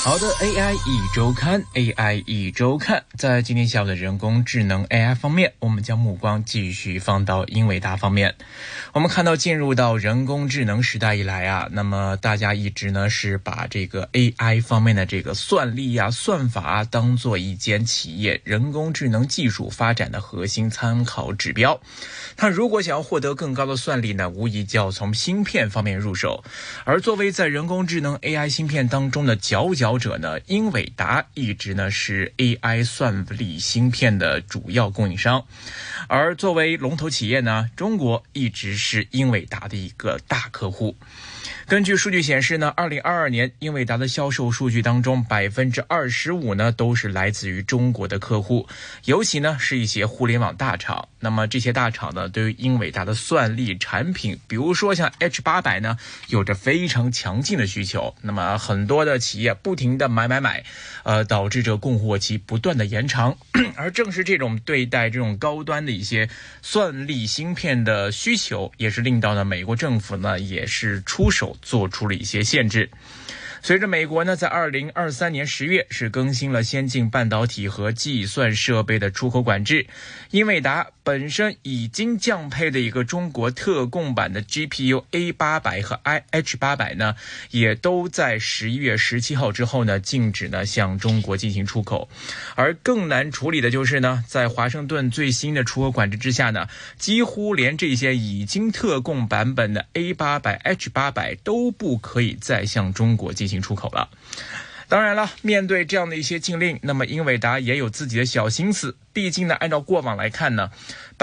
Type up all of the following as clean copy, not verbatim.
好的 ，AI 一周刊 ，AI 一周刊，在今天下午的人工智能 AI 方面，我们将目光继续放到英伟达方面。我们看到进入到人工智能时代以来啊，那么大家一直呢是把这个 AI 方面的这个算力啊、算法啊，当做一间企业人工智能技术发展的核心参考指标。它如果想要获得更高的算力呢，无疑就要从芯片方面入手。而作为在人工智能 AI 芯片当中的佼佼者呢，英伟达一直呢是 AI 算力芯片的主要供应商。而作为龙头企业呢，中国一直是英伟达的一个大客户。根据数据显示呢，2022年英伟达的销售数据当中，25%呢都是来自于中国的客户，尤其呢是一些互联网大厂。那么这些大厂呢，对于英伟达的算力产品，比如说像 H800 呢，有着非常强劲的需求。那么很多的企业不停的买，导致这供货期不断的延长。而正是这种对待这种高端的一些算力芯片的需求，也是令到呢美国政府呢也是出手做出了一些限制。随着美国呢在2023年10月是更新了先进半导体和计算设备的出口管制，英伟达本身已经降配的一个中国特供版的 GPU A800 和 H800 呢，也都在11月17号之后呢禁止呢向中国进行出口。而更难处理的就是呢，在华盛顿最新的出口管制之下呢，几乎连这些已经特供版本的 A800、H800 都不可以再向中国进行出口了。当然了，面对这样的一些禁令，那么英伟达也有自己的小心思。毕竟呢，按照过往来看呢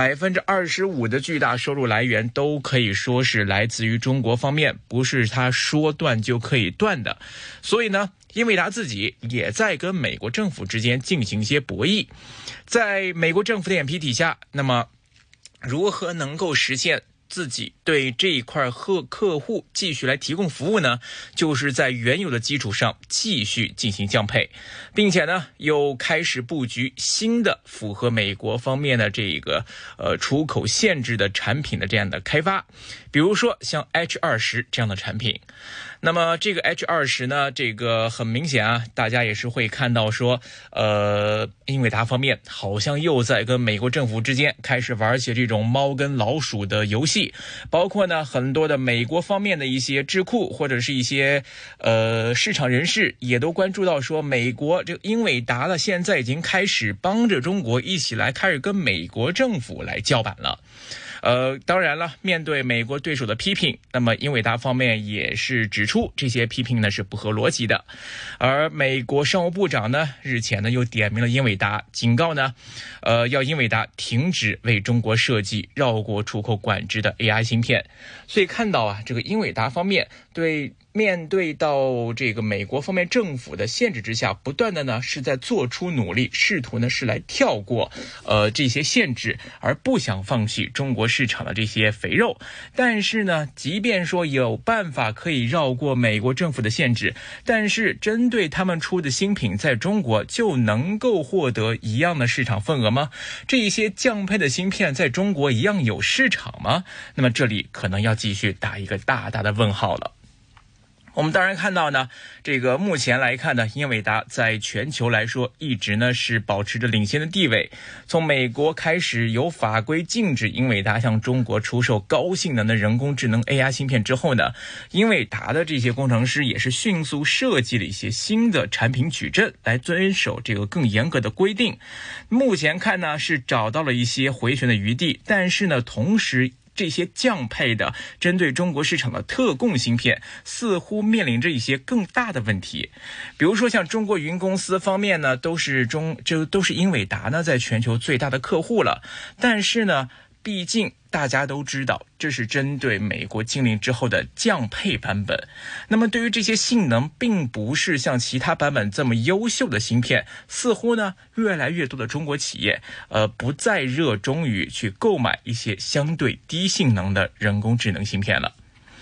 ，25%的巨大收入来源都可以说是来自于中国方面，不是他说断就可以断的。所以呢，英伟达自己也在跟美国政府之间进行一些博弈。在美国政府的眼皮底下，那么如何能够实现自己对这一块客户继续来提供服务呢？就是在原有的基础上继续进行降配，并且呢又开始布局新的符合美国方面的这个出口限制的产品的这样的开发，比如说像 H20 这样的产品。那么这个 H20 呢，这个很明显啊，大家也是会看到说，英伟达方面好像又在跟美国政府之间开始玩起这种猫跟老鼠的游戏，包括呢很多的美国方面的一些智库或者是一些市场人士也都关注到说，美国这个英伟达呢现在已经开始帮着中国一起来开始跟美国政府来叫板了。当然了，面对美国对手的批评，那么英伟达方面也是指出这些批评呢是不合逻辑的。而美国商务部长呢日前呢又点名了英伟达，警告呢要英伟达停止为中国设计绕过出口管制的 AI 芯片。所以看到啊，这个英伟达方面面对到这个美国方面政府的限制之下，不断的呢是在做出努力，试图呢是来跳过这些限制，而不想放弃中国市场的这些肥肉。但是呢，即便说有办法可以绕过美国政府的限制，但是针对他们出的新品在中国就能够获得一样的市场份额吗？这一些降配的芯片在中国一样有市场吗？那么这里可能要继续打一个大大的问号了。我们当然看到呢，这个目前来看呢，英伟达在全球来说一直呢是保持着领先的地位。从美国开始有法规禁止英伟达向中国出售高性能的人工智能 AI 芯片之后呢，英伟达的这些工程师也是迅速设计了一些新的产品矩阵来遵守这个更严格的规定。目前看呢是找到了一些回旋的余地，但是呢同时这些降配的针对中国市场的特供芯片似乎面临着一些更大的问题。比如说像中国云公司方面呢，都是英伟达呢在全球最大的客户了，但是呢毕竟大家都知道这是针对美国禁令之后的降配版本，那么对于这些性能并不是像其他版本这么优秀的芯片，似乎呢越来越多的中国企业不再热衷于去购买一些相对低性能的人工智能芯片了。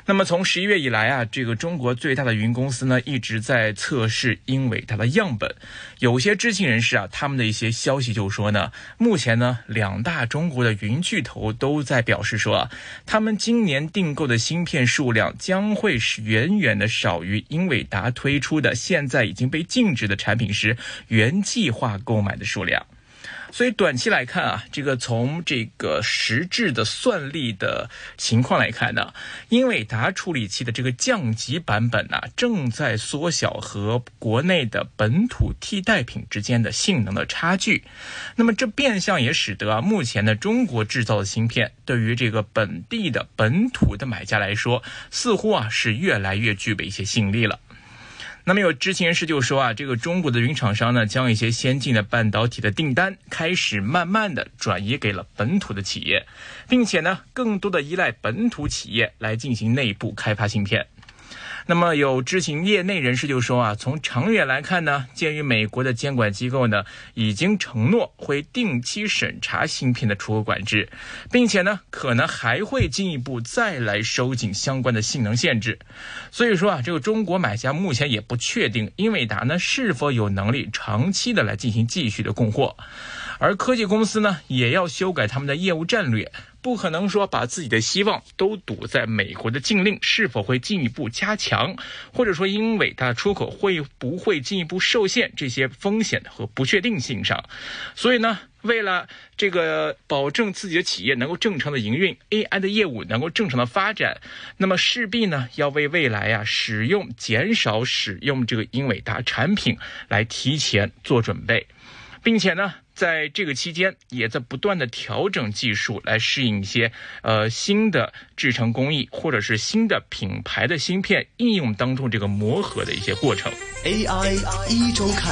那么从11月以来啊，这个中国最大的云公司呢一直在测试英伟达的样本。有些知情人士啊，他们的一些消息就说呢，目前呢两大中国的云巨头都在表示说啊，他们今年订购的芯片数量将会是远远的少于英伟达推出的现在已经被禁止的产品时原计划购买的数量。所以短期来看啊，这个从这个实质的算力的情况来看呢，英伟达处理器的这个降级版本呢，正在缩小和国内的本土替代品之间的性能的差距。那么这变相也使得目前的中国制造的芯片对于这个本地的本土的买家来说，似乎是越来越具备一些吸引力了。那么有知情人士就说这个中国的云厂商呢，将一些先进的半导体的订单开始慢慢的转移给了本土的企业，并且呢，更多的依赖本土企业来进行内部开发芯片。那么有知情业内人士就说从长远来看呢，鉴于美国的监管机构呢已经承诺会定期审查芯片的出口管制，并且呢可能还会进一步再来收紧相关的性能限制。所以说这个中国买家目前也不确定英伟达呢是否有能力长期的来进行继续的供货。而科技公司呢也要修改他们的业务战略，不可能说把自己的希望都赌在美国的禁令是否会进一步加强，或者说英伟达出口会不会进一步受限这些风险和不确定性上。所以呢，为了这个保证自己的企业能够正常的营运， AI 的业务能够正常的发展，那么势必呢要为未来减少使用这个英伟达产品来提前做准备，并且呢在这个期间也在不断的调整技术来适应一些新的制程工艺或者是新的品牌的芯片应用当中这个磨合的一些过程。 AI 一周看。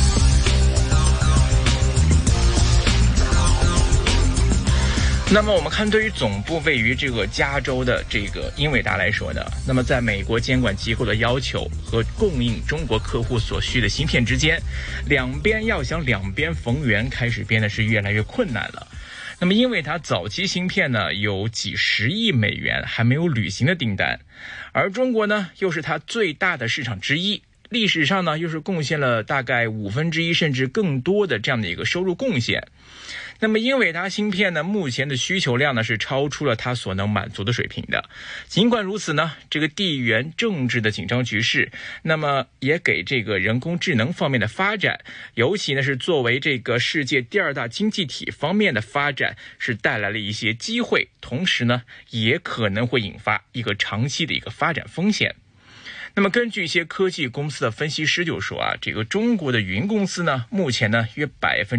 那么我们看，对于总部位于这个加州的这个英伟达来说呢，那么在美国监管机构的要求和供应中国客户所需的芯片之间，两边逢源开始变得是越来越困难了。那么英伟达早期芯片呢有几十亿美元还没有履行的订单，而中国呢又是它最大的市场之一，历史上呢又是贡献了大概1/5甚至更多的这样的一个收入贡献。那么英伟达芯片呢目前的需求量呢是超出了它所能满足的水平的。尽管如此呢，这个地缘政治的紧张局势，那么也给这个人工智能方面的发展，尤其呢是作为这个世界第2大经济体方面的发展是带来了一些机会，同时呢也可能会引发一个长期的一个发展风险。那么根据一些科技公司的分析师就说这个中国的云公司呢，目前呢约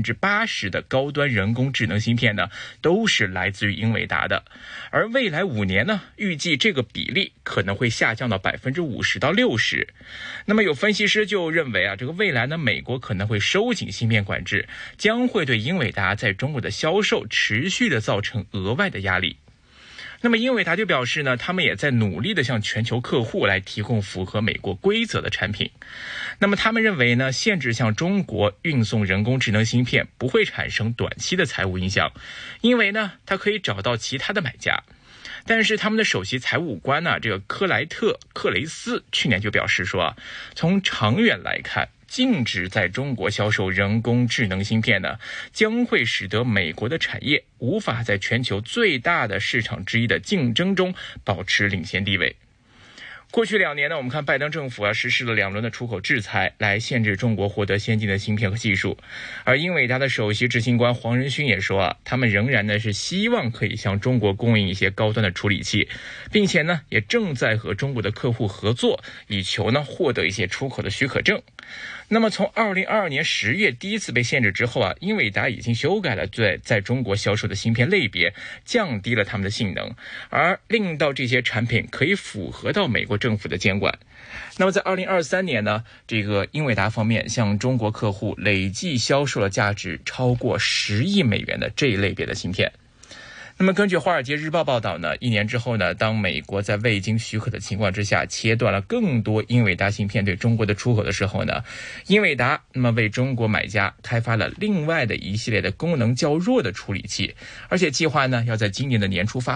80%的高端人工智能芯片呢都是来自于英伟达的，而未来5年呢，预计这个比例可能会下降到50%到60%。那么有分析师就认为这个未来呢，美国可能会收紧芯片管制，将会对英伟达在中国的销售持续的造成额外的压力。那么英伟达就表示呢，他们也在努力的向全球客户来提供符合美国规则的产品。那么他们认为呢，限制向中国运送人工智能芯片不会产生短期的财务影响，因为呢，它可以找到其他的买家。但是他们的首席财务官呢，这个克雷斯去年就表示说从长远来看，禁止在中国销售人工智能芯片呢，将会使得美国的产业无法在全球最大的市场之一的竞争中保持领先地位。过去2年呢，我们看拜登政府实施了2轮的出口制裁，来限制中国获得先进的芯片和技术。而英伟达的首席执行官黄仁勋也说他们仍然呢是希望可以向中国供应一些高端的处理器，并且呢也正在和中国的客户合作，以求呢获得一些出口的许可证。那么从2022年10月第一次被限制之后英伟达已经修改了在中国销售的芯片类别，降低了他们的性能，而令到这些产品可以符合到美国政府的监管。那么在2023年呢，这个英伟达方面向中国客户累计销售了价值超过10亿美元的这一类别的芯片。那么根据《华尔街日报》报道呢，1年之后呢，当美国在未经许可的情况之下切断了更多英伟达芯片对中国的出口的时候呢，英伟达那么为中国买家开发了另外的一系列的功能较弱的处理器，而且计划呢要在今年的年初发布。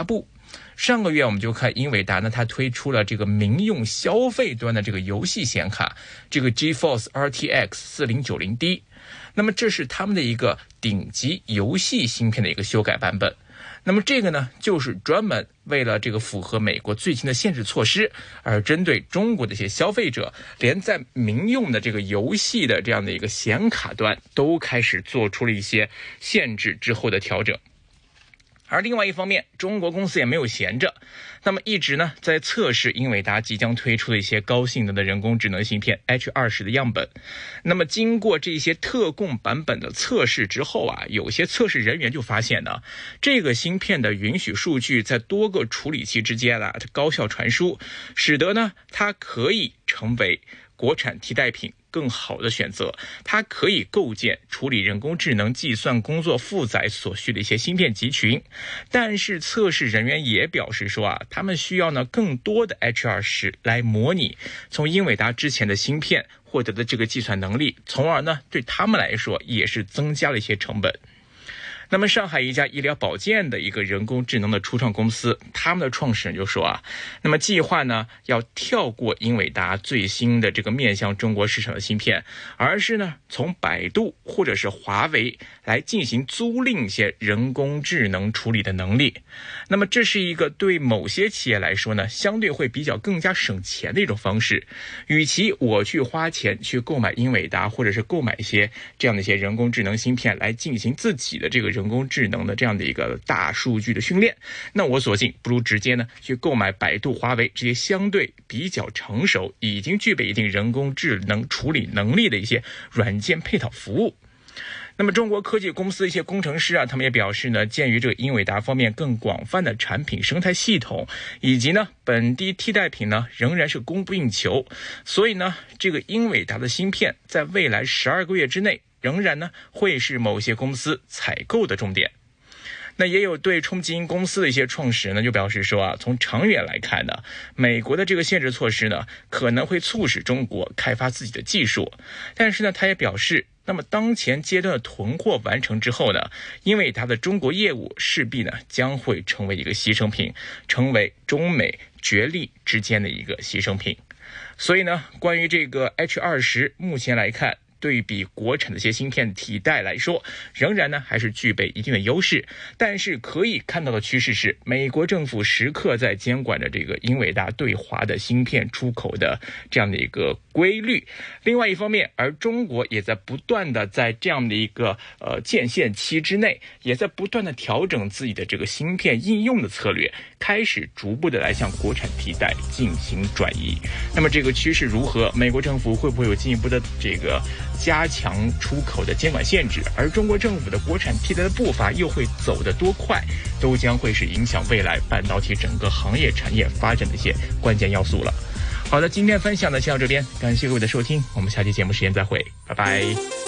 上个月我们就看英伟达呢，它推出了这个民用消费端的这个游戏显卡，这个 GeForce RTX 4090D。那么这是他们的一个顶级游戏芯片的一个修改版本。那么这个呢，就是专门为了这个符合美国最新的限制措施，而针对中国的一些消费者，连在民用的这个游戏的这样的一个显卡端都开始做出了一些限制之后的调整。而另外一方面，中国公司也没有闲着，那么一直呢在测试英伟达即将推出的一些高性能的人工智能芯片 H20 的样本。那么经过这些特供版本的测试之后啊，有些测试人员就发现呢，这个芯片的允许数据在多个处理器之间它高效传输，使得呢它可以成为国产替代品更好的选择，它可以构建处理人工智能计算工作负载所需的一些芯片集群。但是测试人员也表示说他们需要呢更多的 H20 来模拟从英伟达之前的芯片获得的这个计算能力，从而呢对他们来说也是增加了一些成本。那么上海一家医疗保健的一个人工智能的初创公司，他们的创始人就说那么计划呢要跳过英伟达最新的这个面向中国市场的芯片，而是呢从百度或者是华为来进行租赁一些人工智能处理的能力。那么这是一个对某些企业来说呢，相对会比较更加省钱的一种方式。与其我去花钱去购买英伟达或者是购买一些这样的一些人工智能芯片来进行自己的这个人工智能的这样的一个大数据的训练，那我索性不如直接呢去购买百度、华为这些相对比较成熟、已经具备一定人工智能处理能力的一些软件配套服务。那么中国科技公司一些工程师他们也表示呢，鉴于这个英伟达方面更广泛的产品生态系统，以及呢本地替代品呢仍然是供不应求，所以呢这个英伟达的芯片在未来12个月之内仍然呢会是某些公司采购的重点。那也有对冲基金公司的一些创始人呢就表示说从长远来看呢，美国的这个限制措施呢可能会促使中国开发自己的技术，但是呢他也表示，那么当前阶段的囤货完成之后呢，英伟达的中国业务势必呢将会成为一个牺牲品，成为中美角力之间的一个牺牲品。所以呢，关于这个 H20 目前来看，对比国产的一些芯片替代来说，仍然呢还是具备一定的优势。但是可以看到的趋势是，美国政府时刻在监管着这个英伟达对华的芯片出口的这样的一个规律。另外一方面，而中国也在不断的在这样的一个间限期之内，也在不断的调整自己的这个芯片应用的策略，开始逐步的来向国产替代进行转移。那么这个趋势如何？美国政府会不会有进一步的这个加强出口的监管限制，而中国政府的国产替代的步伐又会走得多快，都将会是影响未来半导体整个行业产业发展的一些关键要素了。好的，今天分享的先到这边，感谢各位的收听，我们下期节目时间再会，拜拜。